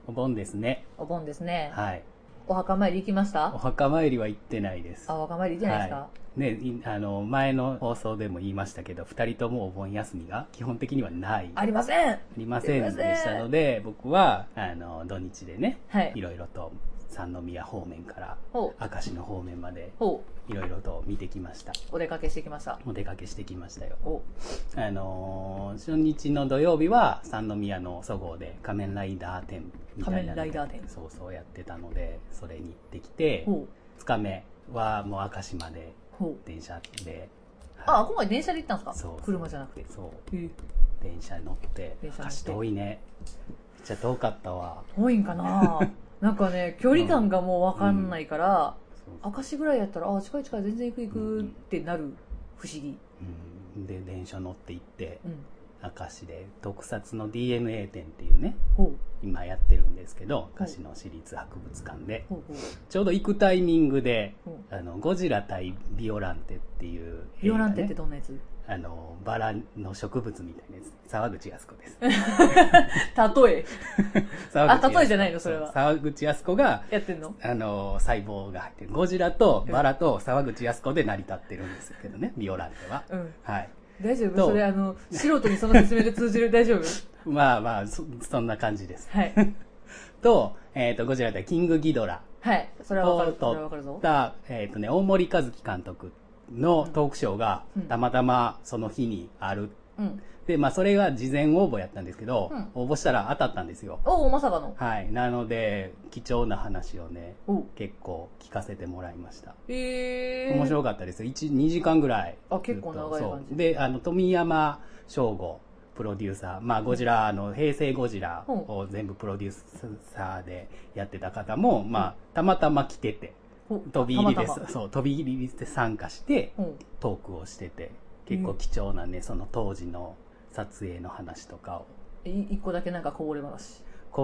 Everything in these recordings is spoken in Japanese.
お盆ですね。 お盆ですね。 はい。 お墓参り行きました？ お墓参りは行ってないです。 お墓参り行ってないですか？ はい、ね、前の放送でも言いましたけど、2人ともお盆休みが基本的にはない。 ありません。 ありませんでしたので、僕は、土日でね、 はい、 いろいろと三宮方面から明石の方面までいろいろと見てきました。 お出かけしてきました。 お出かけしてきましたよ。初日の土曜日は三宮のそごうで仮面ライダー展みたいなのそうやってたので、それに行ってきて、2日目はもう明石まで電車で、 今回電車で行ったんですか？ そう、 車じゃなくて。 そう、電車に乗って。明石遠いね。めっちゃ遠かったわ。 遠いんかななんかね、距離感がもう分かんないから、明石ぐらいやったら、近い全然行くってなる。不思議。 で、電車乗って行って、明石で特撮の DNA 展っていうね、今やってるんですけど、明石の市立博物館で、ちょうど行くタイミングで、ゴジラ対ビオランテっていう、 ビオランテってどんなやつ？ バラの植物みたいなやつ。沢口靖子です。 例えじゃないのそれは。 沢口靖子が、 やってんの？ 細胞が入ってる。ゴジラとバラと沢口靖子で成り立ってるんですけどね、ビオランテは。はい。 大丈夫？それ素人にその説明で通じる？大丈夫？ まあ、そんな感じです。 はい。 と、ゴジラ対キングギドラ。 はい。それはわかるぞ。 大森和樹監督のトークショーがたまたまその日にある。で、それが事前応募やったんですけど、応募したら当たったんですよ。 まさかの。 はい。なので、貴重な話をね、結構聞かせてもらいました。面白かったです。2時間ぐらい。 結構長い感じ。 で、富山翔吾プロデューサー、ゴジラ平成ゴジラを全部プロデューサーでやってた方も、たまたま来てて、飛び入りで参加して、トークをしてて、結構貴重なね、その当時の撮影の話とかを。 一個だけなんかこぼれ話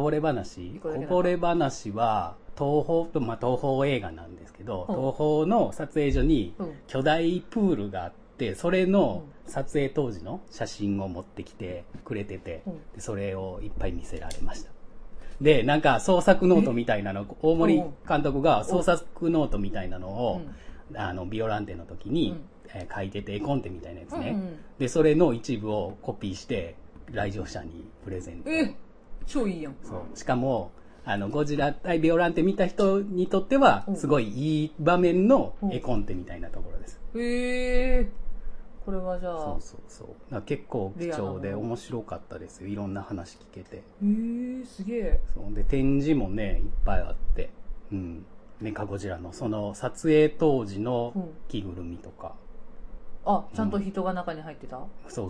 は、東宝映画なんですけど、東宝の撮影所に巨大プールがあって、それの撮影当時の写真を持ってきてくれてて、でそれをいっぱい見せられました。で、なんか創作ノートみたいなの、大森監督が創作ノートみたいなのを、ビオランテの時に書いてて、絵コンテみたいなやつね。で、それの一部をコピーして、来場者にプレゼント。 超いいやん。 そう。しかも、ゴジラ対ビオランテ見た人にとっては、すごいいい場面の絵コンテみたいなところです。 これはじゃあ。 そう。結構貴重で面白かったですよ。いろんな話聞けて。 すげえ。 そうで、展示もね、いっぱいあって。メカゴジラのその撮影当時の着ぐるみとか。 ちゃんと人が中に入ってた？ そう。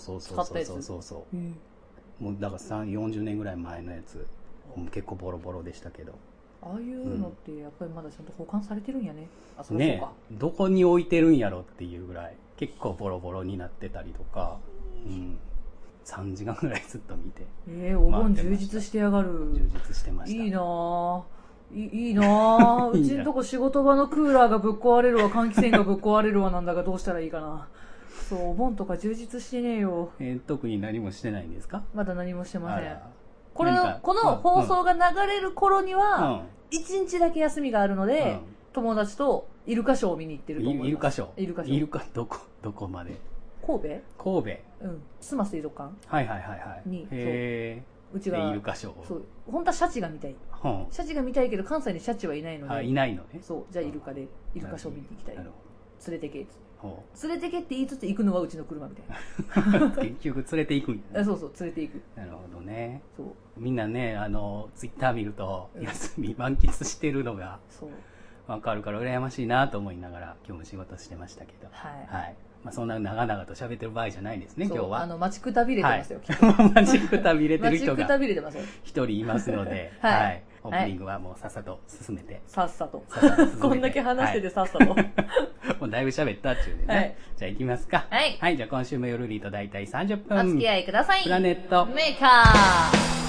もうだから40年ぐらい前のやつ。結構ボロボロでしたけど。 ああいうのってやっぱりまだちゃんと保管されてるんやね。 ね、どこに置いてるんやろっていうぐらい結構ボロボロになってたりとか、3時間ぐらいずっと見て。 お盆充実してやがる。 充実してました。 いいなぁ。いいなぁ。うちのとこ仕事場のクーラーがぶっ壊れるわ、換気扇がぶっ壊れるわなんだがどうしたらいいかな。そう、お盆とか充実してねえよ。 特に何もしてないんですか？ まだ何もしてません。この放送が流れる頃には、1日だけ休みがあるので、友達とイルカショーを見に行ってると思います。 イルカどこまで？ 神戸？須磨水族館に、うちがイルカショー。 そう、本当はシャチが見たい。シャチが見たいけど関西にシャチはいないので。 いないのね。 そう、じゃあイルカショー見に行きたい。連れてけって言いつつ行くのはうちの車みたいな。 結局連れて行くんやね。 そう、連れて行く。 なるほどね。 そう。 みんなね、ツイッター見ると休み満喫してるのがわかるから羨ましいなと思いながら今日も仕事してましたけど。はい。そんな長々と喋ってる場合じゃないですね、今日は。 待ちくたびれてますよ。 待ちくたびれてる人が一人いますので、オープニングはもうさっさと進めて。 さっさと。こんだけ話しててさっさと。もうだいぶ喋ったっちゅうでね。じゃあ行きますか。はい。じゃあ今週も夜リーと大体30分。 お付き合いください。 プラネットメーカー。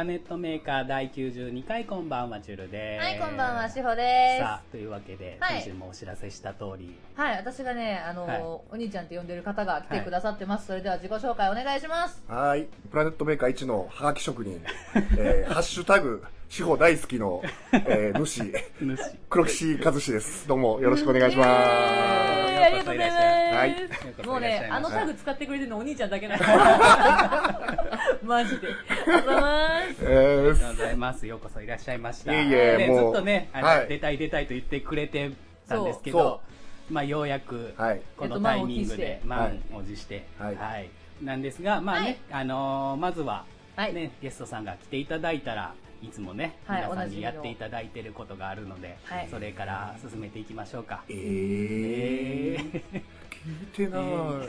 ラネットメーカー第92回、こんばんは、チュルです。 はい、こんばんは、しほです。 さあ、というわけで、先週もお知らせした通り。 はい、私がね、お兄ちゃんって呼んでる方が来てくださってます。それでは自己紹介お願いします。 はい、プラネットメーカー1のハガキ職人、ハッシュタグ、しほ大好きの、主、黒岸和志です。どうもよろしくお願いします。 ありがとうございます。 はい。 もうね、タグ使ってくれてるのお兄ちゃんだけなんですマジで。ありがとうございます。 ありがとうございます。ようこそいらっしゃいました。 いえいえ、 もうずっとね、出たいと言ってくれてたんですけど、まあようやくこのタイミングで満を持して、なんですが、まあね、まずはね、ゲストさんが来ていただいたら、いつもね、皆さんにやっていただいていることがあるので、それから進めていきましょうか。 聞いてない。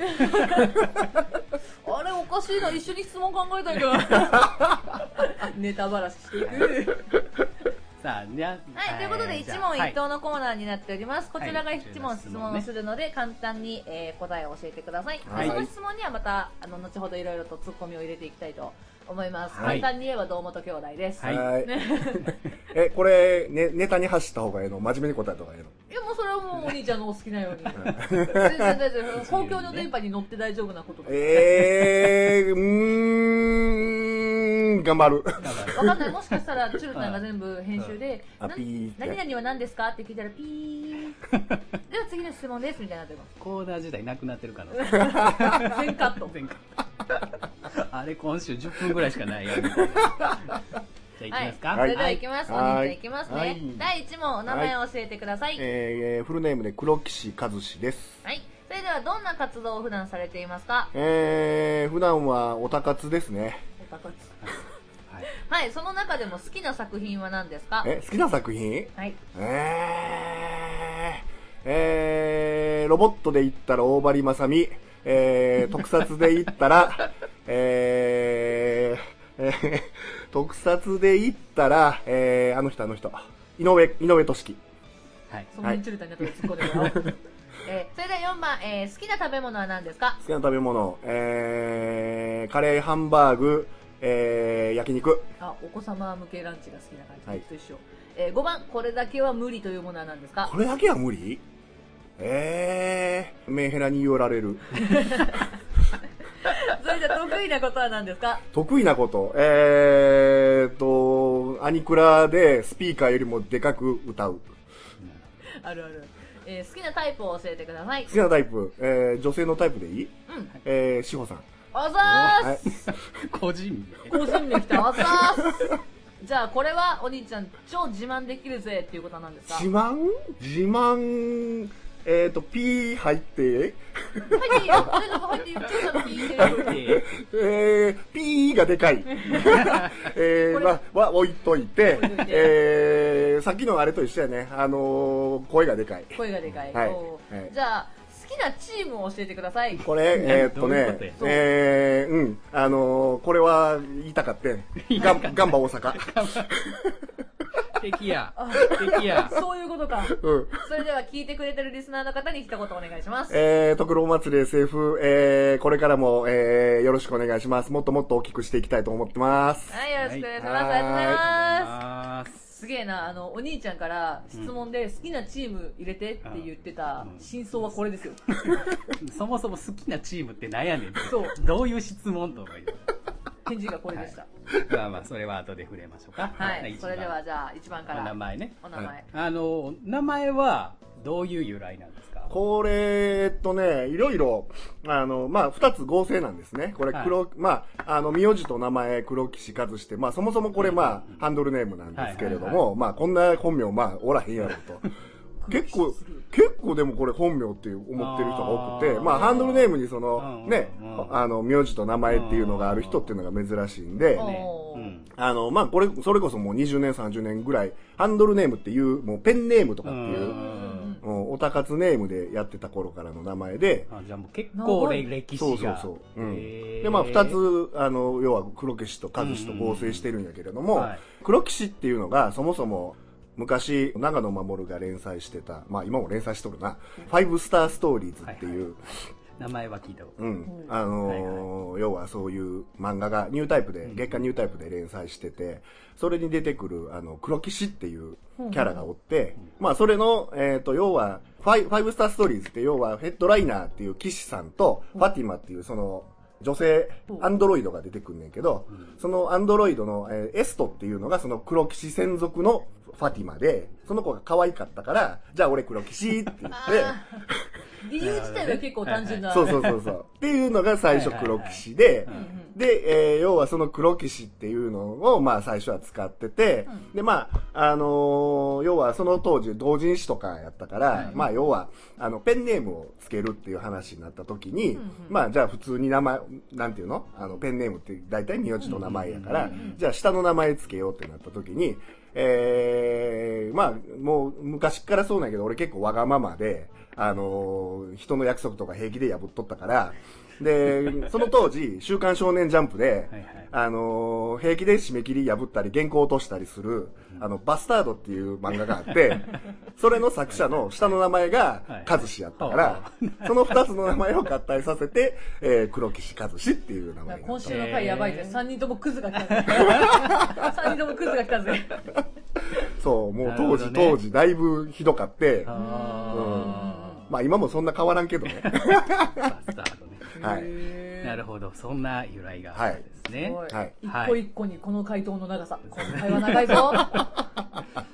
あれおかしいな、一緒に質問考えたんけど。ネタばらししていく。 さあ、じゃあ、 はい、ということで一問一答のコーナーになっております。こちらが一問質問をするので、簡単に答えを教えてください。その質問にはまた後ほどいろいろとツッコミを入れていきたいと思います。簡単に言えば堂本兄弟です。 はい。これ、ネタに走った方がいいの？真面目に答えた方がいいの？ いや、もうそれはもうお兄ちゃんのお好きなように。全然大丈夫。公共の電波に乗って大丈夫なことです。 頑張る。 わかんない。もしかしたら、チュルさんが全部編集で、何々は何ですかって聞いたら、ピー。では次の質問です、みたいになってます。 コーナー自体なくなってるかな。 全カット。 あれ、今週10分ぐらいしかないやん。じゃあ行きますか。 それでは行きます。お兄ちゃん行きますね。第1問、お名前を教えてください。 フルネームで黒岸和志です。 はい。それではどんな活動を普段されていますか？ 普段はオタ活ですね。 オタ活。はい、その中でも好きな作品は何ですか？ 好きな作品？ はい。 ロボットで言ったら大張正美、特撮で言ったら、特撮で言ったら、あの人、井上俊樹。 はい。そんなにチュルタになったら突っ込んでもらおう。それでは4番、好きな食べ物は何ですか？ 好きな食べ物、カレー、ハンバーグ、焼肉。 お子様向けランチが好きな感じと一緒。5番、これだけは無理というものは何ですか？ これだけは無理？メンヘラに言られる。 それじゃ得意なことは何ですか？ 得意なこと。アニクラでスピーカーよりもでかく歌う。 あるある。好きなタイプを教えてください。 好きなタイプ、女性のタイプでいい？ うん。 しほさん。 あざーす。 個人名来た。あざーす。じゃあこれはお兄ちゃん超自慢できるぜっていうことなんですか？ 自慢ピー入って入っていいよ。大丈夫、入っていいよ。 ピーがでかい。置いといて、さっきのあれと一緒やね。声がでかい。 声がでかい。 はい。 じゃあ、好きなチームを教えてください。 これ、これは言いたかってん。ガンバ大阪。 敵や。 そういうことか。それでは聞いてくれてるリスナーの方に一言お願いします。 特労祭り SF、これからも、よろしくお願いします。もっともっと大きくしていきたいと思ってます。 はい、よろしくお願いします。ありがとうございます。すげえな、お兄ちゃんから質問で好きなチーム入れてって言ってた真相はこれですよ。 そもそも好きなチームって何やねんって。 そう。 どういう質問とか言う。 返事がこれでした。 まあそれは後で触れましょうか。 はい。それではじゃあ1番から。 お名前ね。 お名前。 名前はどういう由来なんですか？ これ、いろいろ、二つ合成なんですね。これ、名字と名前、黒岸和志って、そもそもこれ、ハンドルネームなんですけれども、こんな本名、おらへんやろと。結構でもこれ本名って思ってる人が多くて、ハンドルネームに名字と名前っていうのがある人っていうのが珍しいんで、これ、それこそもう20年、30年ぐらい、ハンドルネームっていう、もうペンネームとかっていう、オタ活ネームでやってた頃からの名前で、 じゃあもう結構歴史が。 そう。で、二つ、要は黒岸と和志と合成してるんやけれども、黒岸っていうのがそもそも、昔、長野守が連載してた、今も連載しとるな、5スターストーリーズっていう、 名前は聞いたこと要はそういう漫画がニュータイプで、月刊ニュータイプで連載してて、それに出てくる黒騎士っていうキャラがおって、まあそれの要はファイブスターストーリーズって、要はヘッドライナーっていう騎士さんとファティマっていうその女性アンドロイドが出てくんねんけど、そのアンドロイドのエストっていうのがその黒騎士専属のファティマで、その子が可愛かったから、じゃあ俺黒騎士って言って理由自体は結構単純な。 そうっていうのが最初黒騎士で、で、要はその黒騎士っていうのをまあ最初は使ってて、でまあ要はその当時同人誌とかやったから、まあ要はペンネームをつけるっていう話になった時に、まあじゃあ普通に名前なんていうの、ペンネームって大体名字と名前やから、じゃあ下の名前つけようってなった時に、まあもう昔からそうなんやけど、俺結構わがままで、人の約束とか平気で破っとったから、で、その当時、週刊少年ジャンプで、平気で締め切り破ったり、原稿落としたりする、バスタードっていう漫画があって、それの作者の下の名前が、和志やったから、その二つの名前を合体させて、黒騎士和志っていう名前。 今週の回やばいぜ。3人ともクズが来たぜ。3人ともクズが来たぜ。 そう、もう当時だいぶひどかって、まあ今もそんな変わらんけどね。バスタードね。はい。なるほど。そんな由来があるんですね。 はい。一個一個にこの回答の長さ。今回は長いぞ。はい。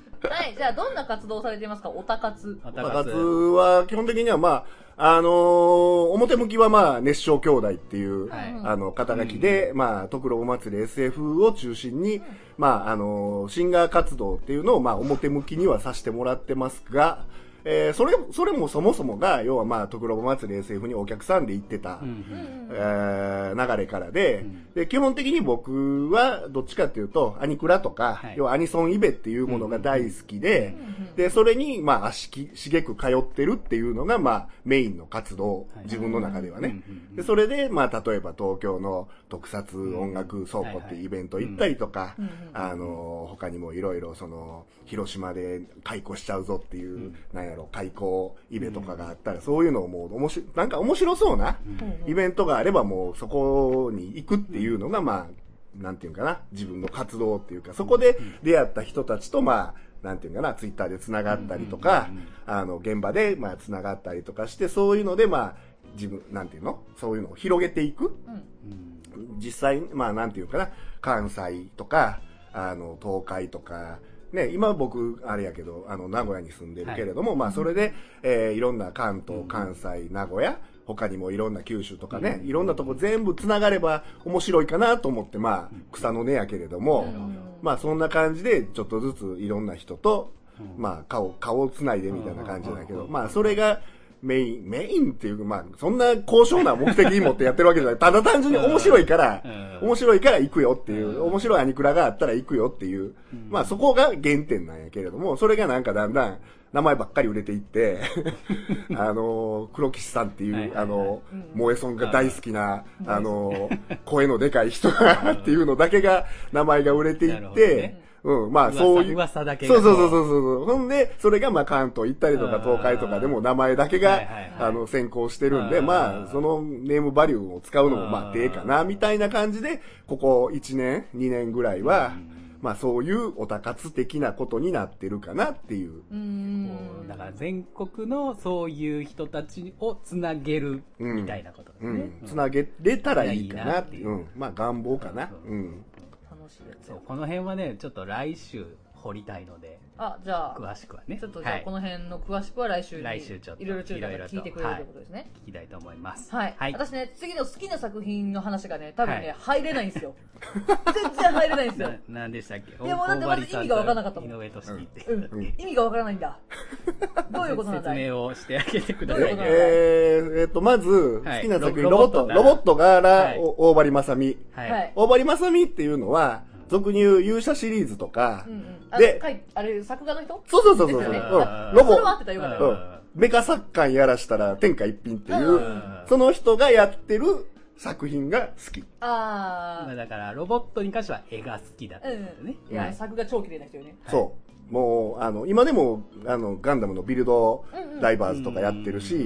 じゃあどんな活動をされていますか？オタ活。 オタ活は基本的にはまあ、表向きはまあ、熱唱兄弟っていう、肩書きで、まあ、とくろお祭り SF を中心に、まあ、シンガー活動っていうのをまあ、表向きにはさせてもらってますが、それもそもそもが、要はまあ、とくろぼ祭り SF にお客さんで行ってた、流れからで、で、基本的に僕はどっちかっていうと、アニクラとか、要はアニソンイベっていうものが大好きで、で、それにまあ、足しげく通ってるっていうのがまあ、メインの活動、自分の中ではね。で、それでまあ、例えば東京の特撮音楽倉庫っていうイベント行ったりとか、他にもいろいろその、広島で開校しちゃうぞっていう、開校イベントとかがあったら、そういうのをもうなんか面白そうなイベントがあればもうそこに行くっていうのがまあ、なんていうかな、自分の活動っていうか、そこで出会った人たちとまあ、なんていうかな、ツイッターで繋がったりとか、現場でまあ繋がったりとかして、そういうのでまあ、自分、なんていうの？そういうのを広げていく。実際、まあなんていうかな、関西とか、東海とか、ね、今僕、あれやけど、名古屋に住んでるけれども、まあ、それで、いろんな関東、関西、名古屋、他にもいろんな九州とかね、いろんなとこ全部繋がれば面白いかなと思って、まあ、草の根やけれども、まあ、そんな感じで、ちょっとずついろんな人と、まあ、顔を繋いでみたいな感じだけど、まあ、それが、メインっていう、まあ、そんな高尚な目的に持ってやってるわけじゃない。ただ単純に面白いから行くよっていう、面白いアニクラがあったら行くよっていう、まあそこが原点なんやけれども、それがなんかだんだん名前ばっかり売れていって、黒騎士さんっていう、萌えソンが大好きな、声のでかい人がっていうのだけが、名前が売れていって、まあそういう。 噂だけそう。ほんで、それがまあ関東行ったりとか東海とかでも名前だけが、先行してるんで、まあそのネームバリューを使うのもまあ手かな、みたいな感じで、ここ1年、2年ぐらいは、まあそういうオタ活的なことになってるかなっていう。 だから全国のそういう人たちをつなげるみたいなことですね。 つなげれたらいいかなっていう。まあ願望かな。 そう、この辺はね、ちょっと来週掘りたいので、 じゃあ詳しくはね、 ちょっとじゃあこの辺の詳しくは来週ちょっといろいろ聞いてくれるということですね。 聞きたいと思います。 はい。私ね、次の好きな作品の話がね、多分ね、入れないんですよ。全然入れないんですよ。 何でしたっけ？ いや、もうだってまず意味が分からなかったもん。 井上俊樹って。 意味が分からないんだ。どういうことなんだい？ 説明をしてあげてください。 まず、好きな作品、ロボット柄、大張正美。大張正美っていうのは、俗に言う勇者シリーズとか、 で、あれ、作画の人？ そう。ロボ。それは合ってたよかった。 メカ作家やらしたら天下一品っていう、その人がやってる作品が好き。 だから、ロボットに関しては絵が好きだったんだよね。 いや、作画超綺麗な人よね。 そう。もう、今でも、ガンダムのビルドダイバーズとかやってるし、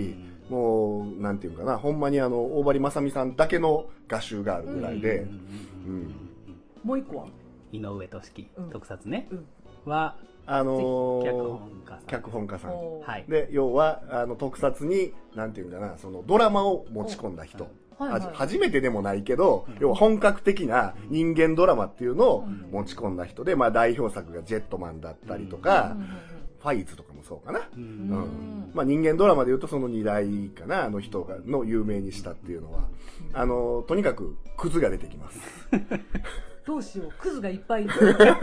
もう、なんていうかな、ほんまに大張正美さんだけの画集があるぐらいで、 もう一個は井上俊樹、特撮ね、は、脚本家さん。 はい。で、要は、特撮に、なんていうかな、そのドラマを持ち込んだ人。初めてでもないけど、要は本格的な人間ドラマっていうのを持ち込んだ人で、まあ代表作がジェットマンだったりとか、ファイズとかもそうかな。まあ人間ドラマで言うとその2代かな、人の有名にしたっていうのは、とにかくクズが出てきます。 どうしよう、クズがいっぱいいる。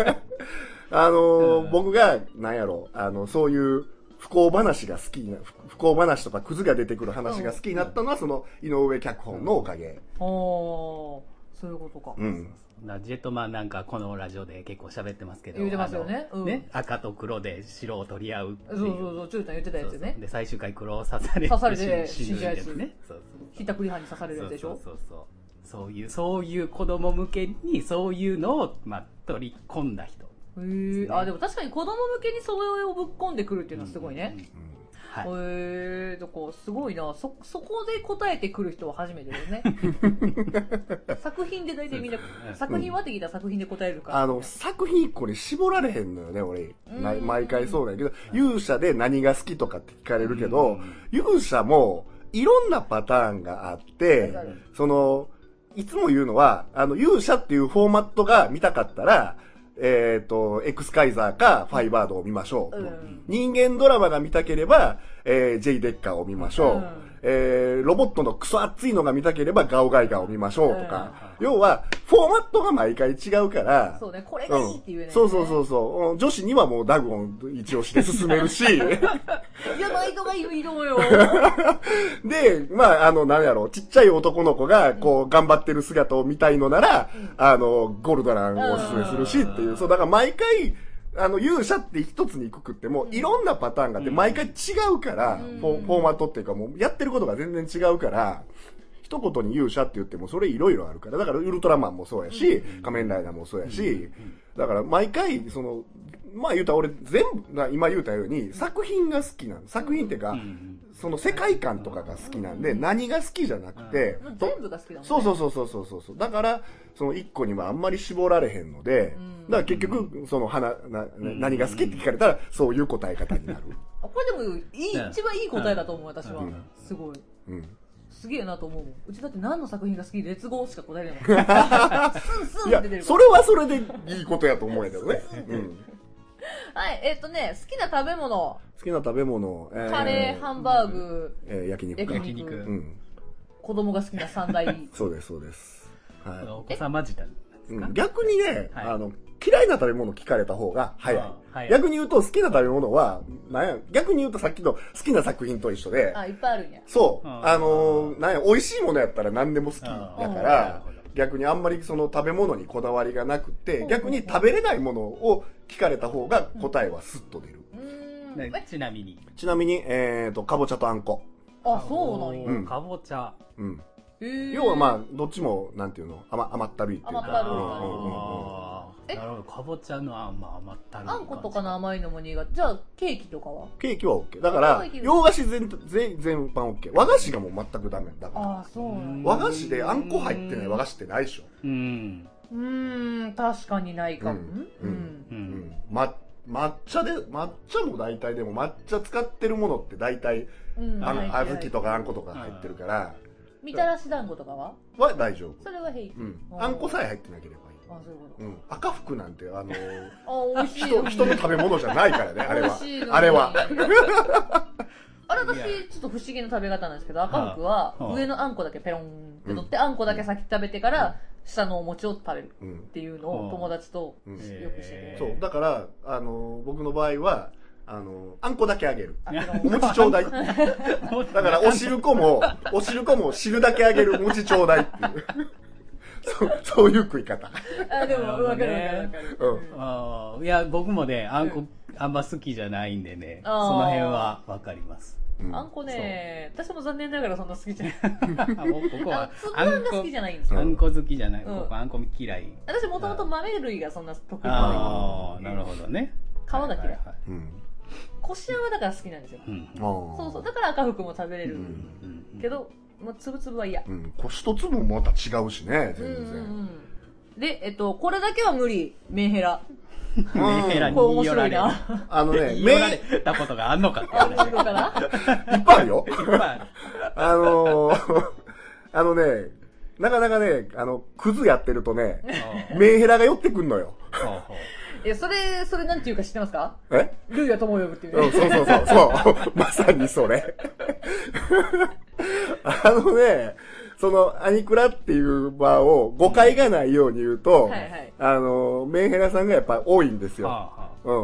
僕が、なんやろ、そういう不幸話が好きな、不幸話とかクズが出てくる話が好きになったのは、その井上脚本のおかげ。 そういうことか。 ジェットマンなんかこのラジオで結構喋ってますけど。 言ってますよね。 赤と黒で白を取り合うっていう。 そう、チュータン言ってたやつね。 で、最終回黒を刺されて死んじゃうやつね。ひったくり犯に刺されるやつでしょ。 そういう子供向けにそういうのを、取り込んだ人。 でも確かに子供向けにそれをぶっ込んでくるっていうのはすごいね。だからすごいな。そこで答えてくる人は初めてですね。作品で大体みんな、作品はって聞いたら作品で答えるから。 作品一個に絞られへんのよね、俺。毎回そうだけど、勇者で何が好きとかって聞かれるけど、勇者もいろんなパターンがあって、いつも言うのは、勇者っていうフォーマットが見たかったら、エクスカイザーかファイバードを見ましょう。人間ドラマが見たければ、ジェイデッカーを見ましょう。ロボットのクソ熱いのが見たければガオガイガーを見ましょうとか。要は、フォーマットが毎回違うから。 そうね、これがいいっていうね。 そう。女子にはもうダグオン一押しで進めるし。いや、 ナイトがいいのよ。 で、なんやろ、ちっちゃい男の子が、頑張ってる姿を見たいのなら、ゴルドランをおすすめするしっていう。だから毎回、勇者って一つにくくっても、いろんなパターンがあって、毎回違うから、フォーマットっていうかもう、やってることが全然違うから、一言に勇者って言ってもそれいろいろあるから、だからウルトラマンもそうやし、仮面ライダーもそうやし、だから毎回、言うたら俺今言うたように、作品が好きなの。作品っていうか、その世界観とかが好きなんで、何が好きじゃなくて、 全部が好きだもんね。 そう。だから、その一個にはあんまり絞られへんので、だから結局、何が好きって聞かれたら、そういう答え方になる。 これでも、一番いい答えだと思う、私は。すごい。すげえなと思う。うちだって何の作品が好き、劣後しか答えれないもん。スンって出てる。 それはそれでいいことやと思うんやけどね。 はい、好きな食べ物。 好きな食べ物、 カレー、ハンバーグ、 焼肉。 子供が好きな三大。 そうです。 はい。お子様自体ですか？ 逆にね、嫌いな食べ物聞かれた方が早い。逆に言うと好きな食べ物は、逆に言うとさっきの好きな作品と一緒で。 いっぱいあるんや。 そう。美味しいものやったら何でも好きだから、逆にあんまりその食べ物にこだわりがなくて、逆に食べれないものを聞かれた方が答えはスッと出る。 ちなみに、 かぼちゃとあんこ。 そうなんや。かぼちゃ。 要はどっちも、なんていうの、甘ったるいっていうか。 甘ったるい。 なるほど、かぼちゃの甘ったるい。 あんことかの甘いのも苦手。じゃあ、ケーキとかは？ ケーキは OK。だから、洋菓子全般 OK。和菓子がもう全くダメだから。和菓子であんこ入ってない和菓子ってないでしょ。 確かにないかも。 抹茶も大体でも抹茶使ってるものって大体、小豆とかあんことか入ってるから。 みたらし団子とかは大丈夫。 それは平気。 あんこさえ入ってなければいい。 そういうこと。 赤福なんて人の食べ物じゃないからね、あれは。 私ちょっと不思議な食べ方なんですけど、赤福は上のあんこだけペロンって取って、あんこだけ先食べてから下のお餅を食べるっていうのを友達とよくしてて。 そうだから僕の場合はあんこだけあげる。お餅ちょうだい。だからお汁粉も汁だけあげる、お餅ちょうだいっていう。そういう食い方。 でもわかる。 いや、僕もね、あんこあんま好きじゃないんでね、その辺はわかります。 あんこね、私も残念ながらそんな好きじゃない。 僕はあんこ好きじゃないんですよ。 あんこ好きじゃない。僕あんこ嫌い。 私もともと豆類がそんな得意じゃない。なるほどね。 皮が嫌い。 こしあんはだから好きなんですよ。そうそう。だから赤福も食べれる。けど、もうつぶつぶは嫌。 こしと粒もまた違うしね、全然。 で、これだけは無理。メンヘラ。 メンヘラに寄られる。 寄られたことがあんのかって話。 あるのかな？ いっぱいあるよ。 いっぱいある。 なかなかね、クズやってるとね、メンヘラが寄ってくんのよ。 それなんていうか知ってますか？ ルイは友を呼ぶっていうね。 そう。まさにそれ。その、アニクラっていう場を誤解がないように言うと、メンヘラさんがやっぱ多いんですよ。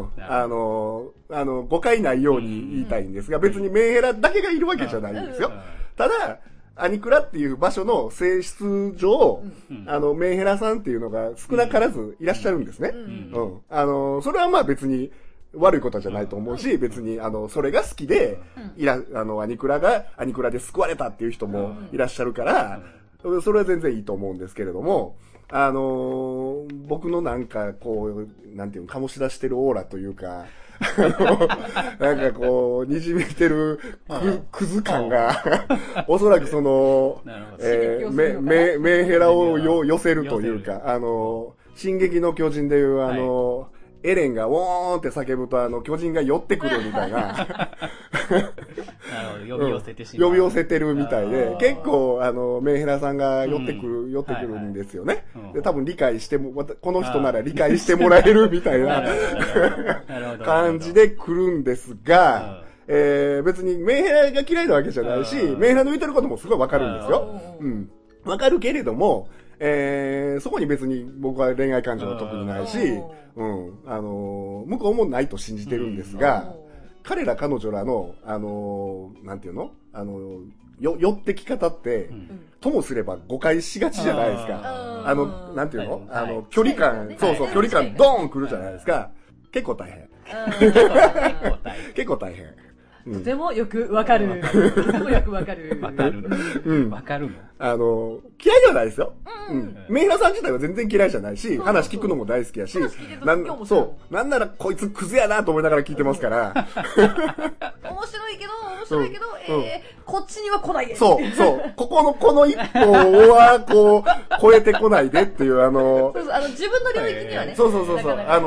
誤解ないように言いたいんですが、別にメンヘラだけがいるわけじゃないんですよ。ただ、アニクラっていう場所の性質上、メンヘラさんっていうのが少なからずいらっしゃるんですね。それはまあ別に悪いことじゃないと思うし、別にそれが好きで、アニクラで救われたっていう人もいらっしゃるから、それは全然いいと思うんですけれども、僕のなんかこう、なんていうの、醸し出してるオーラというか、なんかこう、滲みてるクズ感が、おそらくその、メンヘラを寄せるというか、進撃の巨人でいうエレンがウォーンって叫ぶと巨人が寄ってくるみたいな。 呼び寄せてしまう。 呼び寄せてるみたいで、結構メンヘラさんが寄ってくるんですよね。で、多分理解しても、この人なら理解してもらえるみたいな感じで来るんですが、別にメンヘラが嫌いなわけじゃないし、メンヘラの言ってることもすごいわかるんですよ。わかるけれども、そこに別に僕は恋愛感情は特にないし、向こうもないと信じてるんですが、彼ら彼女らの、なんていうの寄ってき方って、ともすれば誤解しがちじゃないですか。なんていうの距離感、距離感ドーン来るじゃないですか。結構大変。結構大変。 とてもよくわかる。とてもよくわかる。 わかる。わかるの嫌いではないですよ。メンヘラさん自体は全然嫌いじゃないし、話聞くのも大好きやし、なんならこいつクズやなと思いながら聞いてますから。 面白いけど、こっちには来ないで。 そう。この一歩は、こう、超えてこないでっていう、 自分の領域にはね。 そう。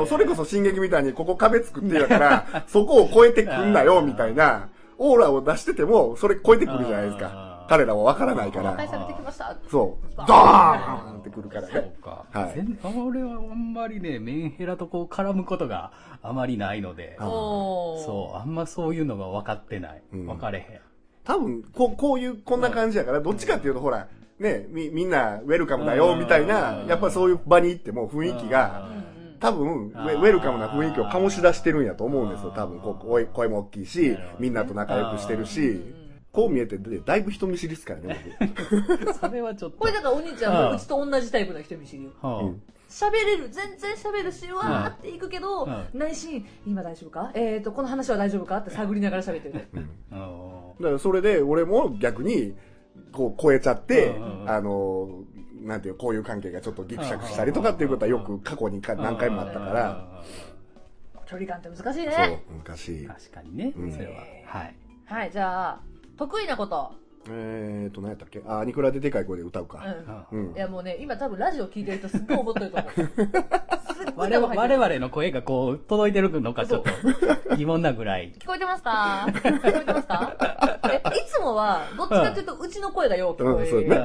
それこそ進撃みたいにここ壁作ってやから、そこを超えてくんなよ、みたいな、オーラを出してても、それ超えてくるじゃないですか。彼らは分からないから。 破壊されてきました。 そう。ドーンってくるからね。 そうか。俺はあんまりね、メンヘラとこう絡むことがあまりないので、そう、あんまそういうのが分かってない。分かれへん。 多分、こんな感じやから、どっちかっていうと、ほら、ね、みんなウェルカムだよ、みたいな、やっぱそういう場に行っても雰囲気が、多分、ウェルカムな雰囲気を醸し出してるんやと思うんですよ。多分、声も大きいし、みんなと仲良くしてるし、こう見えて、だいぶ人見知りですからね、 僕。それはちょっと。 これだからお兄ちゃんもうちと同じタイプの人見知りよ。喋れる、全然喋るし、わーっていくけど、内心、今大丈夫かこの話は大丈夫かって探りながら喋ってるね。 だからそれで、俺も逆に、こう超えちゃって、なんていう、こういう関係がちょっとギクシャクしたりとかっていうことはよく過去に何回もあったから。 距離感って難しいね。 そう、難しい。 確かにね、それは。はい。 はい、じゃあ、得意なこと。 何やったっけ？アニクラででかい声で歌うか。 いやもうね、今多分ラジオ聞いてる人すっごい思ってると思う。 我々の声がこう、届いてるのかちょっと疑問なぐらい。 聞こえてますか？聞こえてますか？いつもは、どっちかっていうと、うちの声がよう聞こえるから、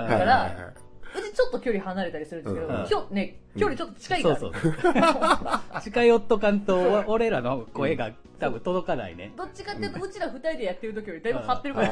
うちちょっと距離離れたりするんですけど、距離ちょっと近いから。そう。 近寄っとかんと、俺らの声が多分届かないね。 どっちかっていうと、うちら二人でやってる時よりだいぶ張ってるから。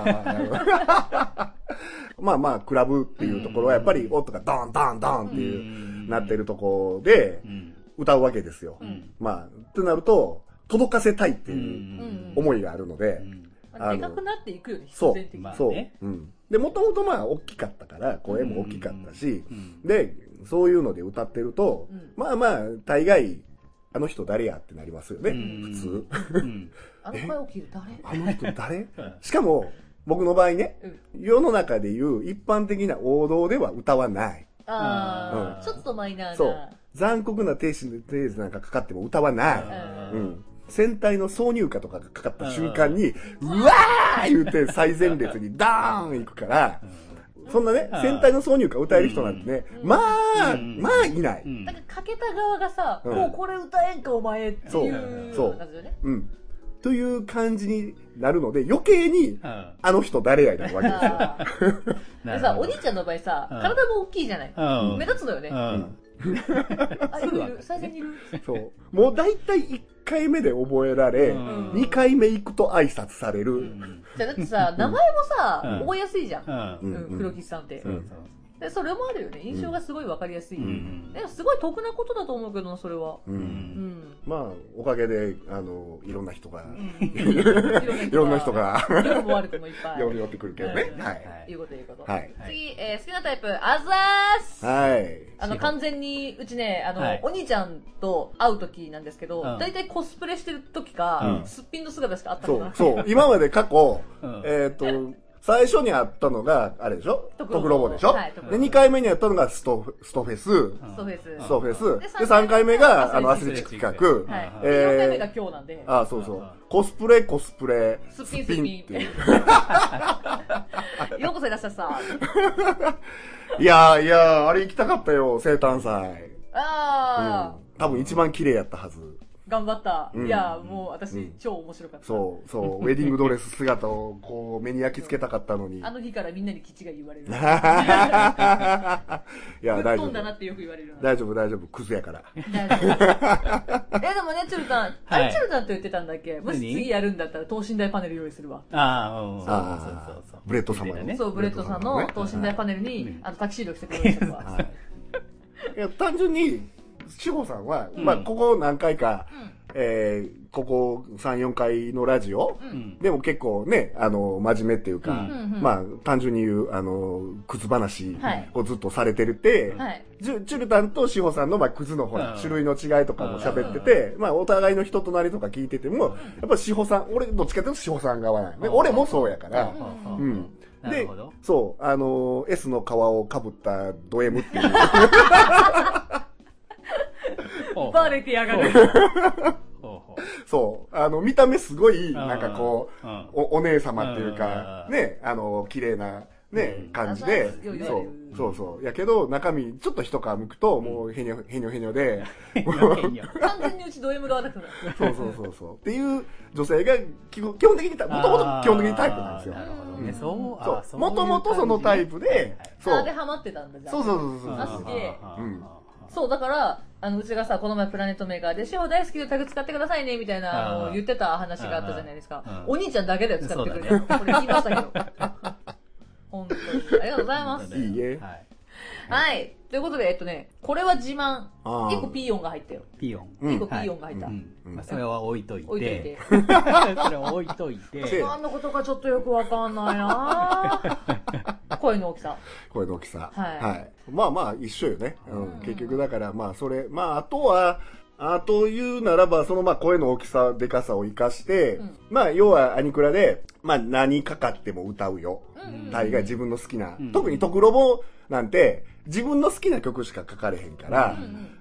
まあ、クラブっていうところはやっぱり音がドーンドーンドーンっていうなってるところで歌うわけですよ。まあ、ってなると、届かせたいっていう思いがあるので。 でかくなっていくよね、必然的に。 そう。で、もともとまあ、大きかったから、声も大きかったし、で、そういうので歌ってると、まあまあ、大概、あの人誰やってなりますよね、普通。 あの声大きい誰？ あの人誰？しかも、僕の場合ね、世の中でいう一般的な王道では歌わない。 ちょっとマイナーな。 そう。残酷なテーゼなんかかかっても歌わない。 戦隊の挿入歌とかがかかった瞬間に、うわー言うて最前列にダーン行くから、そんなね、戦隊の挿入歌歌える人なんてね、まあいない。 だからかけた側がさ、もうこれ歌えんかお前っていう感じだよね。 という感じになるので、余計に、あの人誰やになるわけですよ。 でさ、お兄ちゃんの場合さ、体も大きいじゃない。目立つのよね。あ、いる最初にいる。 そう。もう大体1回目で覚えられ、2回目行くと挨拶される。 じゃだってさ、名前もさ、覚えやすいじゃん。黒木さんって。でそれもあるよね。印象がすごいわかりやすい。でもすごい得なことだと思うけどな、それは。 まあ、おかげで、いろんな人が、いろんな人が、 良くも悪くもいっぱい。 寄ってくるけどね。はい。 いうこと。 はい。 次、好きなタイプ、あざーす。 はい。 完全に、うちね、お兄ちゃんと会う時なんですけど、だいたいコスプレしてる時か、すっぴんの姿しかあったことない。 そう。今まで過去、最初にあったのが、あれでしょトクロボでしょで、2回目にあったのがストフェス。で、3回目が、アスレチック企画。 4回目が今日なんで。 あ、そうそう。コスプレ、 すっぴんっていう。ようこそいらっしゃった。 いや、あれ行きたかったよ、生誕祭。多分一番綺麗やったはず。 頑張った。いや、もう私、超面白かった。 そう、ウェディングドレス姿をこう目に焼き付けたかったのに。 あの日からみんなに基地が言われる。いや、大丈夫。 だなってよく言われる。 大丈夫、クズやから。 でもね、チュルタン、チュルタンと言ってたんだっけもし次やるんだったら等身大パネル用意するわ。 そう。ブレッド様ね。 そう、ブレッドさんの等身大パネルに、タキシード着てくれるわ。 いや、単純に、志保さんは、まあ、ここ何回か、ここ3、4回のラジオ、でも結構ね、真面目っていうか、まあ、単純に言う、クズ話をずっとされてるって、チュルタンと志保さんの、まあ、クズのほら、種類の違いとかも喋ってて、まあ、お互いの人となりとか聞いてても、やっぱ志保さん、俺どっちかというと志保さん側なんで、俺もそうやから、で、そう、S の皮をかぶったド M っていう。 バレてやがる。 そう。見た目すごい、なんかこう、お姉様っていうか、ね、綺麗な、ね、感じで、そう。やけど、中身、ちょっと一皮むくと、もう、へにょで、 完全にうちド M 側だから。 そう。っていう女性が、基本的に、もともと基本的にタイプなんですよ。 なるほどね。そう。 もともとそのタイプで、 そう。でハマってたんだ、じゃあ。 そう。 あ、すげえ。そう、だから、うちがさ、この前プラネットメーカーで、志保大好きでタグ使ってくださいね、みたいな、言ってた話があったじゃないですか。お兄ちゃんだけだよ、使ってくれる。これ言いましたけど。本当に。ありがとうございます。 いいえ。 はい。ということで、これは自慢。1個ピーヨンが入ったよ。 ピーヨン。 1個ピーヨンが入った。 それは置いといて。それは置いといて。 何のことかちょっとよくわかんないな声の大きさ。 はい。まあ、一緒よね。結局だから、まあ、それ、まあ、あと言うならば、そのまあ声の大きさ、でかさを活かして、まあ要はアニクラで、まあ何かかっても歌うよ。大概自分の好きな。特にトクロボなんて、自分の好きな曲しか書かれへんから、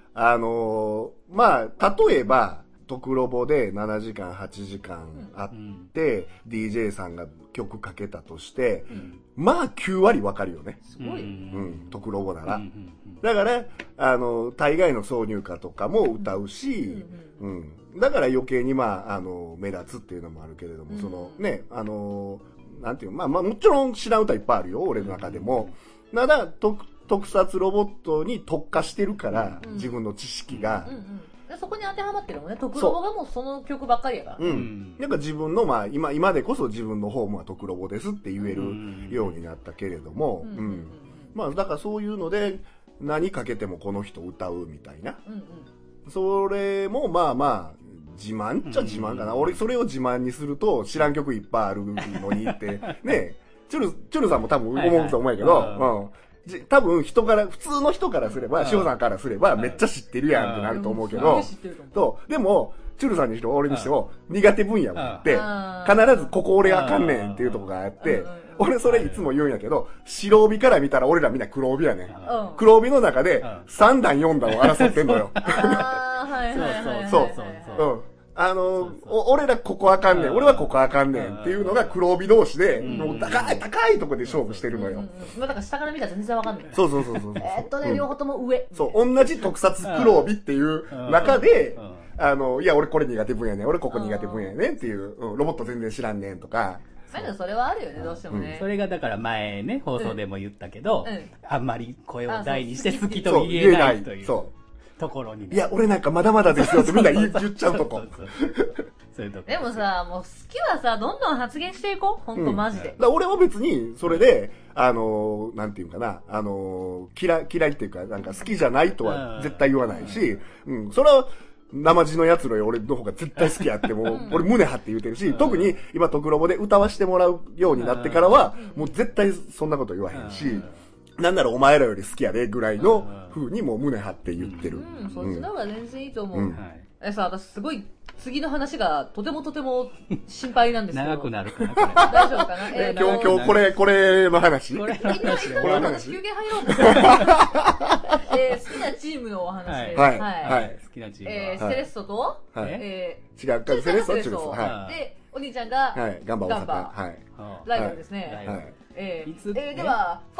まあ、例えば、トクロボで7時間、8時間あって、DJ さんが曲かけたとして、まあ9割わかるよね。 すごい。 トクロボなら。だから、大概の挿入歌とかも歌うし、だから余計にまあ、目立つっていうのもあるけれども、そのね、なんていうまあもちろん知らん歌いっぱいあるよ、俺の中でも。ただ、特撮ロボットに特化してるから、自分の知識が。 そこに当てはまってるもんね。トクロボがもうその曲ばっかりやから。 なんか自分の、まあ、今でこそ自分のホームはトクロボですって言えるようになったけれども、まあ、だからそういうので、何かけてもこの人歌うみたいな。それもまあまあ、自慢っちゃ自慢かな。俺それを自慢にすると知らん曲いっぱいあるのにって、ね、チュルさんも多分思うと思うんやけど、多分普通の人からすれば、しおさんからすれば、めっちゃ知ってるやんってなると思うけど、でも、チュルさんにしても俺にしても、苦手分野もあって、必ずここ俺あかんねんっていうとこがあって、俺それいつも言うんやけど、白帯から見たら俺らみんな黒帯やねん。黒帯の中で3段4段を争ってんのよ。 そう。 俺らここあかんねん、俺はここあかんねんっていうのが黒帯同士で、もう高いとこで勝負してるのよ。 だから下から見たら全然わかんない。 そう。 両方とも上。 そう、同じ特撮黒帯っていう中で、いや、俺これ苦手分野ねん、俺ここ苦手分野やねんっていう、ロボット全然知らんねんとか。 それはあるよね、どうしてもね。 それがだから前ね、放送でも言ったけど、あんまり声を大にして好きと言えないというところに。 いや、俺なんかまだまだですよってみんな言っちゃうとこ。 でもさ、もう好きはさ、どんどん発言していこう。ほんとマジで。 俺は別に、それで、なんていうかな、嫌いっていうか、なんか好きじゃないとは絶対言わないし、それは、生地のやつらよ俺の方が絶対好きやって、もう、俺胸張って言うてるし、特に今、トクロボで歌わしてもらうようになってからは、もう絶対そんなこと言わへんし、なんならお前らより好きやでぐらいの風にもう胸張って言ってる。 そっちの方が全然いいと思う。私すごい、次の話がとても心配なんですけど。 長くなるから大丈夫かな。 今日これの話これの話休憩入ろうと好きなチームのお話です。 はい。 好きなチームセレッソと、 違うか、セレッソは違う。 で、お兄ちゃんが、 ガンバ大阪。 ライバルですね。では、フ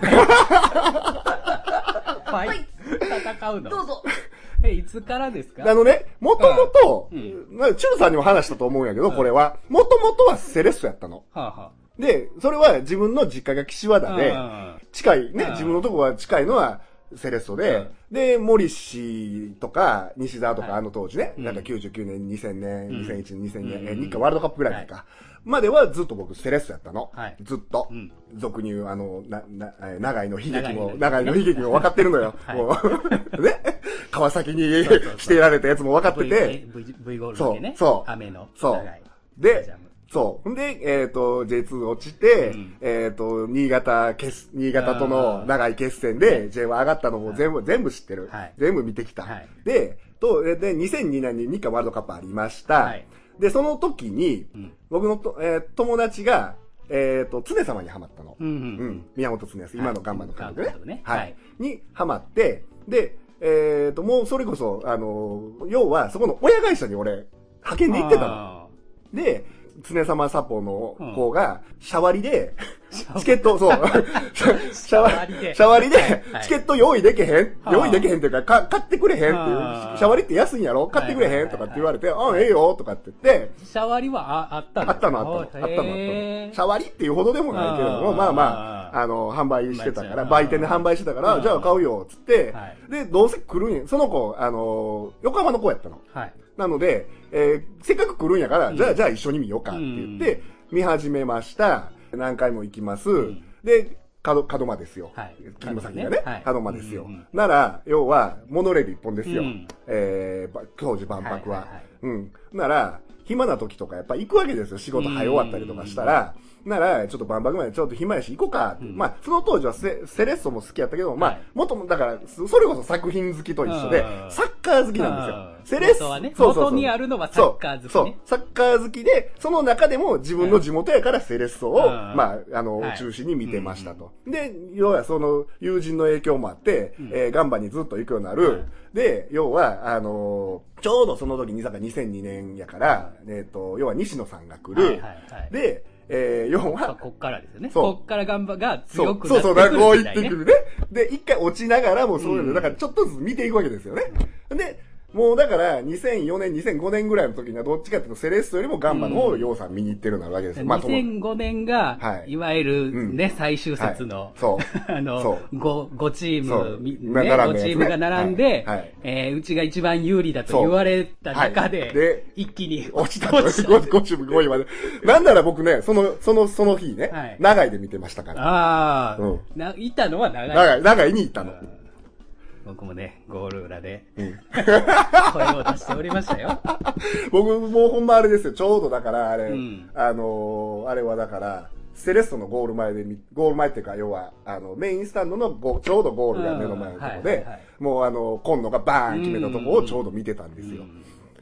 ァイ戦うのどうぞ。 いつからですか？ もともと、チュルさんにも話したと思うんやけど、これは。もともとはセレッソやったの。で、それは自分の実家が岸和田で、近い、ね、自分のとこが近いのはセレッソで、で、森氏とか、西澤とか、当時ね、なんか99年、2000年、2001年、2002年、日韓ワールドカップぐらいか。まではずっと僕セレッソやったの。ずっと。俗に言う、長井の悲劇も分かってるのよ。もう、ね。川崎にしてられたやつも分かってて。 V ゴールドね。 そう。 雨の。 そう。で、そう。で、J2 落ちて、新潟との長い決戦で J1 上がったのも全部知ってる。全部見てきた。で、2002年に日韓ワールドカップありました。で、その時に、僕の友達が、常様にハマったの。宮本常康、今のガンバの監督ね。はい。にハマって、で、もうそれこそ、要は、そこの親会社に俺、派遣で行ってたの。で、常様サポの子が、シャワリで、チケット、そう、シャワリで、チケット用意できへんっていうか、買ってくれへんっていう、シャワリって安いんやろ買ってくれへんとかって言われて、ええよとかって言って、 シャワリはあったの。 シャワリっていうほどでもないけれども、販売してたから、売店で販売してたから、じゃあ買うよ、つって、で、どうせ来るんや、その子、横浜の子やったの。なので、せっかく来るんやから、じゃあ一緒に見ようかって言って、見始めました。何回も行きます。で、門真ですよ。金正輝がね、門真ですよ。なら、要は、モノレール一本ですよ。当時万博は。なら、暇な時とかやっぱ行くわけですよ。仕事早終わったりとかしたら。なら、ちょっと万博までちょっと暇やし行こうかって。その当時はセレッソも好きやったけど、もっとも、だから、それこそ作品好きと一緒で、サッカー好きなんですよ。セレッソはね、 元にあるのはサッカー好きね。 そう、サッカー好きで、その中でも自分の地元やからセレッソを、中心に見てましたと。で、要はその友人の影響もあって、ガンバにずっと行くようになる。で、要は、ちょうどその時に、2002年やから、要は西野さんが来る。で、要は、 こっからですよね。こっからガンバが強くなってくる。 そう、こう言ってくるね。で、一回落ちながらもそういうの、だからちょっとずつ見ていくわけですよね。で、もうだから2004年、2005年ぐらいの時にはどっちかっていうとセレッソよりもガンバの方をヨウさん見に行ってるなわけですよ。 2005年が、いわゆるね、最終節の、5チーム、5チームが並んで、うちが一番有利だと言われた中で、一気に落ちたと。5チーム5位まで。なんなら僕ね、その日ね、長井で見てましたから。 行ったのは長井。 長井に行ったの。 僕もね、ゴール裏で、声を出しておりましたよ。 僕もうほんまあれですよ。ちょうどだから、あれ、あれはだから、セレッソのゴール前っていうか、要は、メインスタンドのちょうどゴールが目の前のところで、もう今野がバーン決めたところをちょうど見てたんですよ。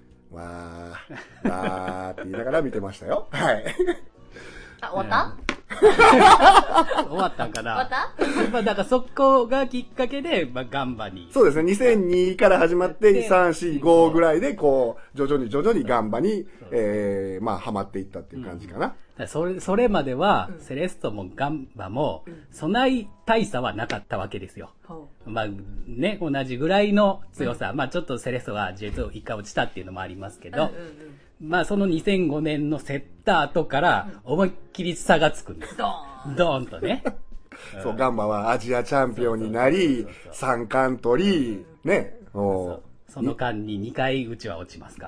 わーって言いながら見てましたよ。はい。 終わった？ 終わったんかな。 終わった？ まあだからそこがきっかけで、まあガンバに。 そうですね、2002から始まって、2、3、4、5ぐらいで、こう、徐々にガンバに、まあ、ハマっていったっていう感じかな。 それまでは、セレストもガンバも、備え大差はなかったわけですよ。まあね、同じぐらいの強さ。まあちょっとセレストが J2 一回落ちたっていうのもありますけど、まあその2005年の競った後から思いっきり差がつくんです。ドーンとね。 そう、ガンバはアジアチャンピオンになり、三冠取り、ね。 その間に2回うちは落ちますから。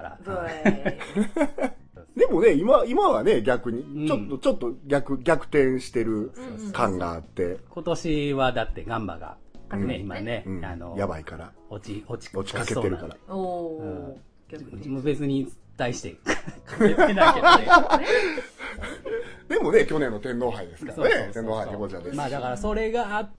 でもね、今はね、逆に、ちょっと逆転してる感があって。 今年はだってガンバが、ね、今ね、 やばいから。 落ちかけてるから。 別に対してかけてないけどね。 でもね、去年の天皇杯ですからね。天皇杯ヘボジャです。 まあだからそれがあって、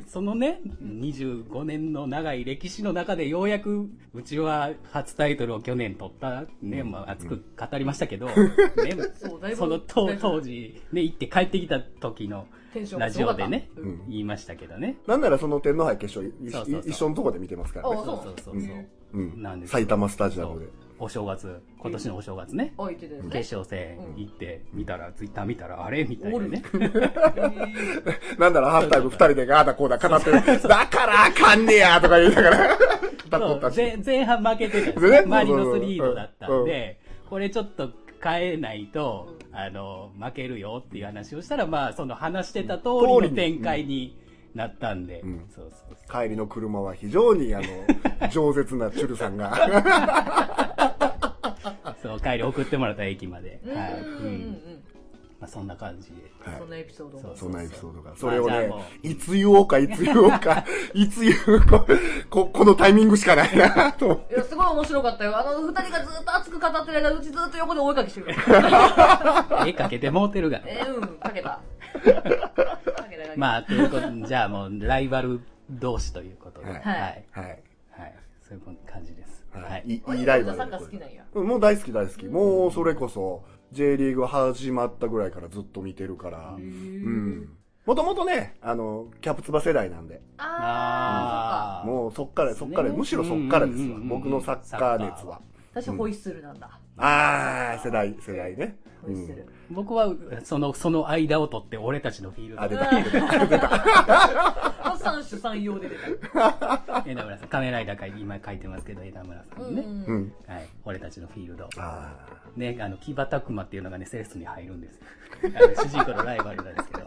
そのね、25年の長い歴史の中でようやく、うちは初タイトルを去年取った、ね、まあ熱く語りましたけど、ね、その当時、ね、行って帰ってきた時のラジオでね、言いましたけどね。 なんならその天皇杯決勝一緒のとこで見てますからね。 そう。なんです埼玉スタジアムで。 お正月、今年のお正月ね、決勝戦行ってみたら、ツイッター見たら、あれみたいなね。 なんだろ、ハーフタイム2人でガーダコーダ語ってる。だからあかんねやとか言いながら。 前半負けてたんですね。マリノスリードだったんで、これちょっと変えないと、負けるよっていう話をしたら、まあ、その話してた通りの展開になったんで、 帰りの車は非常に、饒舌なチュルさんが。 そう、帰り送ってもらった駅まで。はい。まあそんな感じで。 そんなエピソードが。 そんなエピソードが。それをね、いつ言おうか、いつ言うか、このタイミングしかないなと。 いや、すごい面白かったよ。二人がずっと熱く語ってる間、うちずっと横でお絵かきしてるから。 絵かけてもうてるが。 かけた。 まあ、ということで、じゃあもう、ライバル同士ということで。はい。そういう感じです。 はい。いいライバル。 サッカー好きなんや。 もう大好き。もうそれこそ、J リーグ始まったぐらいからずっと見てるから。もともとね、キャプツバ世代なんで。もうそっから、むしろそっからですわ。僕のサッカー熱は。 私ホイッスルなんだ。 世代ね。 僕は、その間を取って俺たちのフィールド。 出た。 三種三様で出た。 枝村さん、仮面ライダー今書いてますけど、枝村さんね。はい。俺たちのフィールド。ね、騎馬拓磨っていうのがね、セレストに入るんですよ。主人公のライバルなんですけど。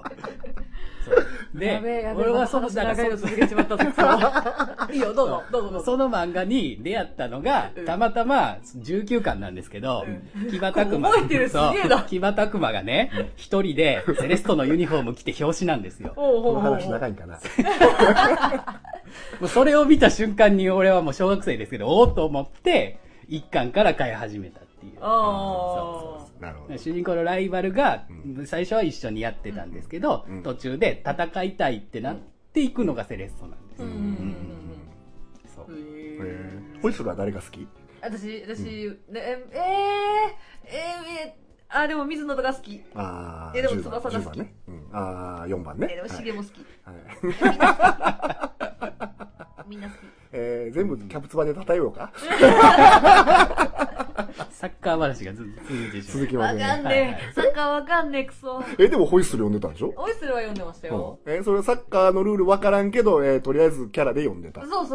で、俺はその、だから続けちまったぞ。いいよ、どうぞ。 その漫画に出会ったのが、たまたま19巻なんですけど、騎馬拓磨。 覚えてる、すげえな。 騎馬拓磨がね、一人でセレストのユニフォーム着て表紙なんですよ。 この話長いんかな。 もうそれを見た瞬間に俺はもう小学生ですけど、おーと思って、一巻から買い始めたっていう。 なるほど。 主人公のライバルが、最初は一緒にやってたんですけど、途中で戦いたいってなっていくのがセレストなんですよ。そう。 ホイッスルは誰が好き？ 私、でも水野とか好き。でも翼が好き。 4番ね。 でもシゲも好き。みんな好き。 全部キャプツバで叩えようか。 サッカー話が続いてしまう。 続きます。わかんねえ。サッカーわかんねえ、クソ。 でもホイッスル読んでたんでしょ？ ホイッスルは読んでましたよ。 それサッカーのルールわからんけど、とりあえずキャラで読んでた。 そう。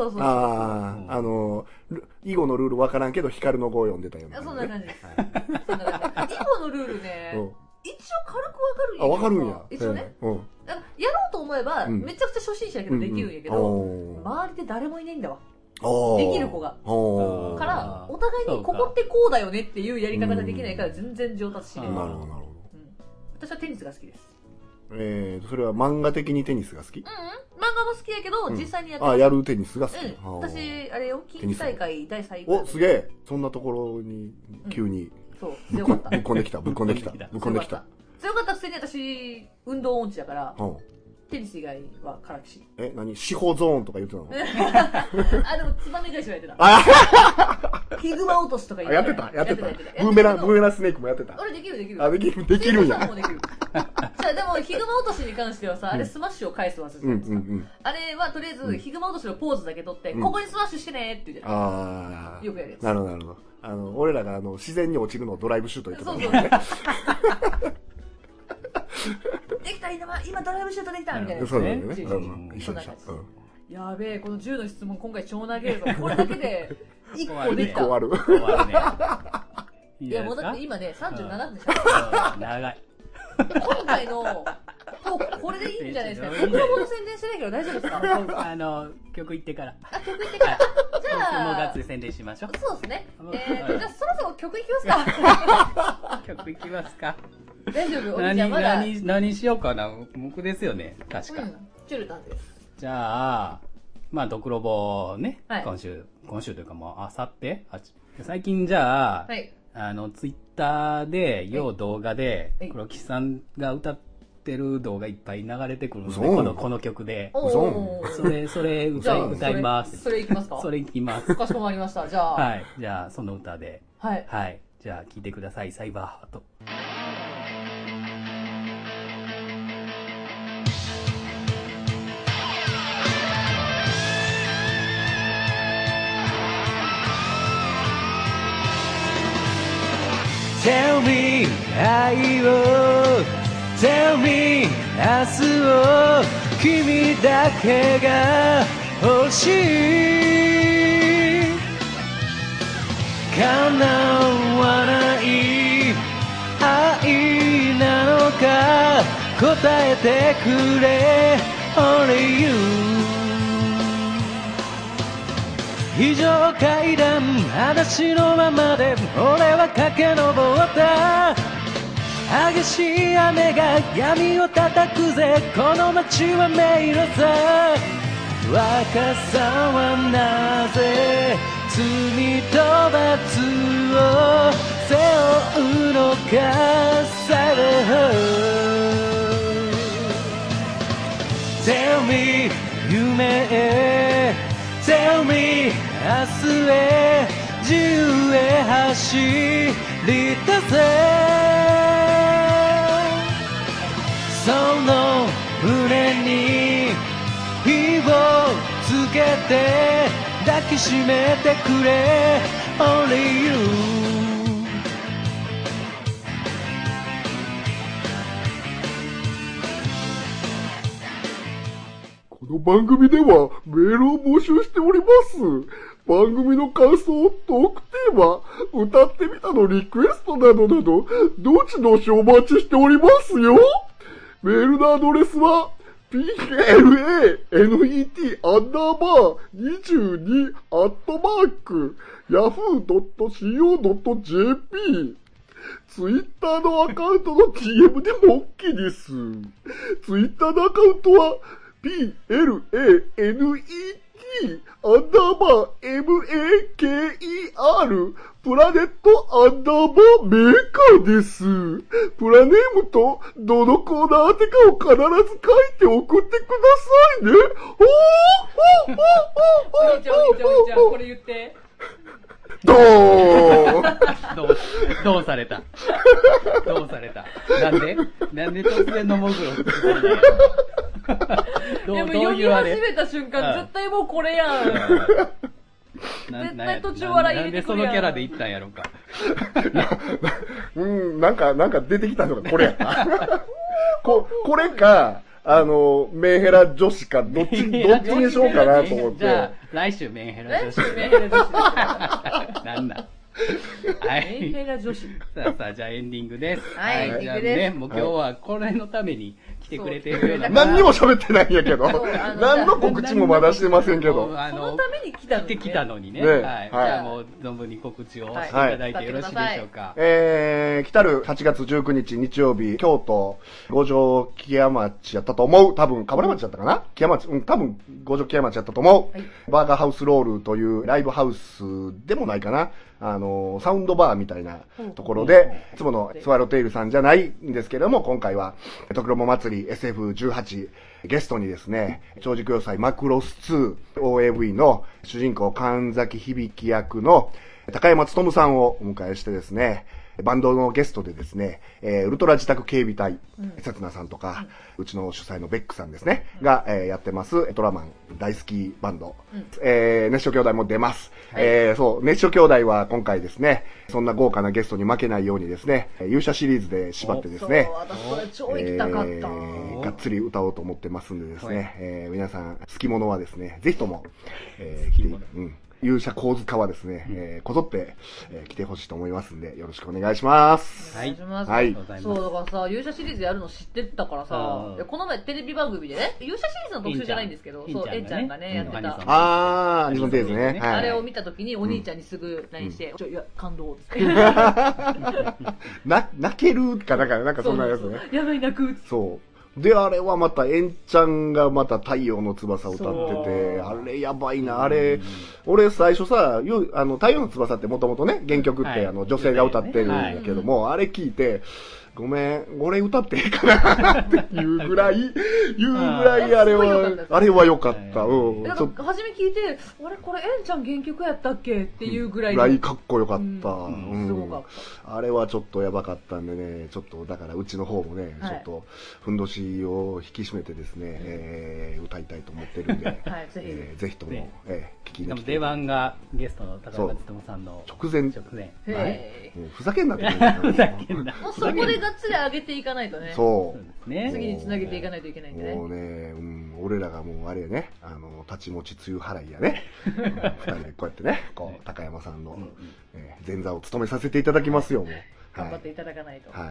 囲碁のルールわからんけど、光の碁を読んでたよね。 そんな感じです。囲碁のルールね、一応軽くわかるんや。一応ね。やろうと思えば、めちゃくちゃ初心者やけどできるんやけど、周りで誰もいないんだわ。できる子が。から、お互いにここってこうだよねっていうやり方ができないから全然上達しない。 なるほど。 私はテニスが好きです。 それは漫画的にテニスが好き？ 漫画も好きやけど、実際にやってる。 やるテニスが好き。 私、あれよ、近畿大会第3位。お、 すげえ。そんなところに、急に。 そう、強かった。 ぶっこんできた。 強かったくせに私、運動音痴だから、テニス以外はからきし。 何？四方ゾーンとか言ってたの？ でも、ツバメ返しはやってた。 ヒグマ落としとかやってた。ブーメランスネークもやってた。 俺できる。 あ、できるんや。 じゃあでもヒグマ落としに関してはさ、あれスマッシュを返すわすじゃないですか。あれはとりあえずヒグマ落としのポーズだけ取って、ここにスマッシュしてねって言うじゃない。よくやるやつ。 なるほど。俺らが自然に落ちるのをドライブシュート言ってたもんね。 できた今ドライブシュートできたみたいな。 そうだよね。 一緒。やべえ、この10の質問今回超投げるぞ。これだけで1個できた。 終わるね。いやもうだって今ね37分でしょ。 長い。 今回のこれでいいんじゃないですか。僕のこと宣伝してないけど大丈夫ですか？ 曲行ってから。 曲行ってから。じゃあもうがっつり宣伝しましょう。 そうですね。じゃあそろそろ曲行きますか。曲行きますか。 大丈夫。お兄ちゃんまだ何しようかな。僕ですよね。確か。 チュルタンです。 じゃあドクロボね、今週というかもうあさって最近じゃあ、ツイッターで動画で黒木さんが歌ってる動画いっぱい流れてくるので、この曲でそれ歌います。 それいきますか？ それいきます。 かしこまりました。じゃあじゃあその歌でじゃあ聴いてください。サイバーハート。Tell me 愛を Tell me 明日を君だけが欲しい叶わない愛なのか答えてくれ Only you 非常階段裸足のままで俺は駆け上った激しい雨が闇を叩くぜこの街は迷路さ若さはなぜ罪と罰を背負うのかさ Tell me 夢へ Tell me 明日へ自由へ走り出せその胸に火をつけて抱きしめてくれ Only you この番組ではメールを募集しております。番組の感想、トークテーマ、歌ってみたのリクエストなどなど、どしどしお待ちしておりますよ。メールのアドレスは、planet22@yahoo.co.jp ツイッターのアカウントの DM でも OK です。ツイッターのアカウントは、planet_maker プラネットメーカーです。プラネームとどのコーナー宛てかを必ず書いて送ってくださいね。 お兄ちゃん、これ言って。 どうされたなんで突然のもぐろでも読み始めた瞬間、絶対もうこれやん。絶対途中笑い入れてくるやん。 なんでそのキャラでいったんやろうか。 なんか出てきたのがこれやった。これか、メンヘラ女子か、どっちにしようかなと思って。 じゃあ、来週メンヘラ女子。なんだ。はい。 メンヘラ女子。 さあ、じゃあエンディングです。 はい、 じゃあね、もう今日はこれのために来てくれてるような。 何にも喋ってないんやけど。何の告知もまだしてませんけど。 そのために来たのにね。はい。じゃあもう存分に告知をしていただいてよろしいでしょうか。 来たる8月19日日曜日、京都、五条木屋町やったと思う。多分、かぶら町やったかな木屋町、多分、五条木屋町やったと思う。バーガーハウスロールというライブハウスでもないかな。サウンドバーみたいなところで、いつものスワロテイルさんじゃないんですけれども、今回は、トクロモ祭り SF18、ゲストにですね、超時空要塞マクロス2 OAV の主人公神崎響役の高山勉さんをお迎えしてですね、バンドのゲストでですね、ウルトラ自宅警備隊、せつなさんとか、うちの主催のベックさんですね、が、やってます、トラマン大好きバンド、熱唱兄弟も出ます。そう、熱唱兄弟は今回ですね、そんな豪華なゲストに負けないようにですね、勇者シリーズで縛ってですね、 私これ超行きたかった。 がっつり歌おうと思ってますんでですね、皆さん好き者はですね、ぜひとも、来て、勇者構図化はですね、こぞって、来てほしいと思いますんで、よろしくお願いします。 はい。 はい。 そう、だからさ、勇者シリーズやるの知ってたからさ、この前テレビ番組でね、勇者シリーズの特集じゃないんですけど、そう、えんちゃんがね、やってた。 アニソンテーズね。 あれを見たときにお兄ちゃんにすぐ LINE して、いや、感動って。 泣けるかなんかそんなやつね。 やばい、泣く。 そう。で、あれはまた、えんちゃんがまた太陽の翼を歌ってて、あれやばいな、あれ、俺最初さ、太陽の翼ってもともとね、原曲って女性が歌ってるんだけども、あれ聞いて、ごめん、俺歌っていいかなっていうぐらい、あれは良かった。 なんか初め聞いて、あれこれえんちゃん原曲やったっけっていうぐらい。 ぐらいかっこよかった。 すごかった。 あれはちょっとやばかったんでね、ちょっとだからうちの方もね、ちょっとふんどしを引き締めてですね、歌いたいと思ってるんで、ぜひとも聞きに来て。 出番がゲストの高山勉さんの直前。ふざけんなって。 ふざけんな。 もうそこでがっつり上げていかないとね。 そう。 次につなげていかないといけないんでね。 もうね、俺らがもうあれね、立ち持ち梅雨払いやね。二人でこうやってね、高山さんの前座を務めさせていただきますよ、もう。 頑張っていただかないと。 はい。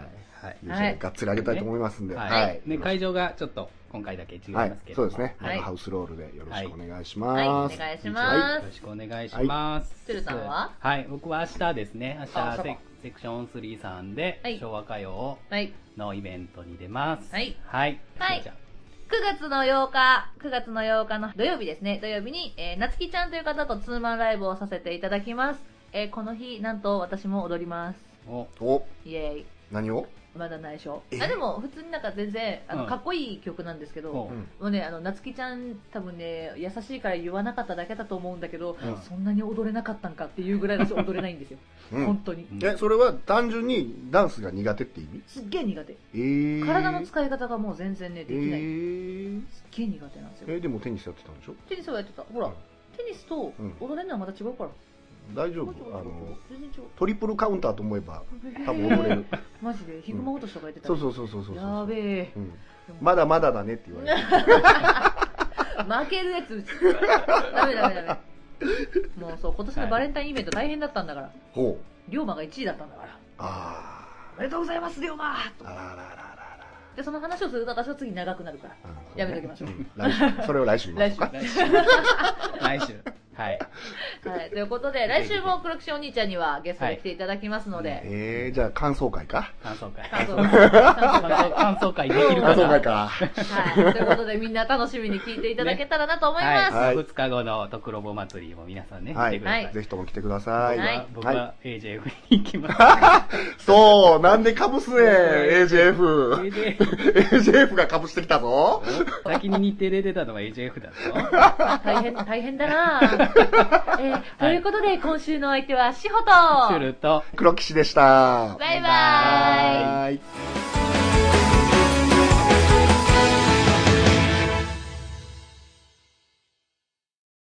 がっつり上げたいと思いますんで。 はい。会場がちょっと今回だけ違いますけど。 そうですね。ハウスロールでよろしくお願いします。 はい、お願いします。 よろしくお願いします。 てるさんは？ はい、僕は明日ですね。明日セクション3さんで昭和歌謡のイベントに出ます。 はい。 はい。 9月の8日の土曜日ですね。土曜日に、なつきちゃんという方とツーマンライブをさせていただきます。この日、なんと私も踊ります。イエーイ。 何を？ まだ内緒。でも普通になんか全然かっこいい曲なんですけど、もうね、なつきちゃん多分ね、優しいから言わなかっただけだと思うんだけど、そんなに踊れなかったんかっていうぐらい私踊れないんですよ。本当に。 それは単純にダンスが苦手って意味？ すっげえ苦手。体の使い方がもう全然ね、できない。すっげえ苦手なんですよ。 でもテニスやってたんでしょ？ テニスはやってた。ほら、テニスと踊れるのはまた違うから。 大丈夫。トリプルカウンターと思えば多分踊れる。 マジでヒグマ落としとかやってた。 そう。 やべえ。 まだまだだねって言われる。 負けるやつ。ダメ。もうそう、今年のバレンタインイベント大変だったんだから。龍馬が1位だったんだから。おめでとうございます龍馬。でその話をすると私は次長くなるからやめときましょう。 それを来週見ましょうか。 来週。はい。 ということで、来週も黒木お兄ちゃんにはゲストで来ていただきますので。 じゃあ感想会か。 感想会できるか。感想会か。 はい。ということでみんな楽しみに聞いていただけたらなと思います。 2日後のとくろぼ祭りも皆さんね、 来てください。ぜひとも来てください。 僕は AJF に行きます。 そう、なんで被すねん、AJF。AJF が被してきたぞ。 先に日程で出たのは AJF だぞ。 大変だな。ということで今週の相手はしほとシュルと黒騎士でした。 バイバーイ。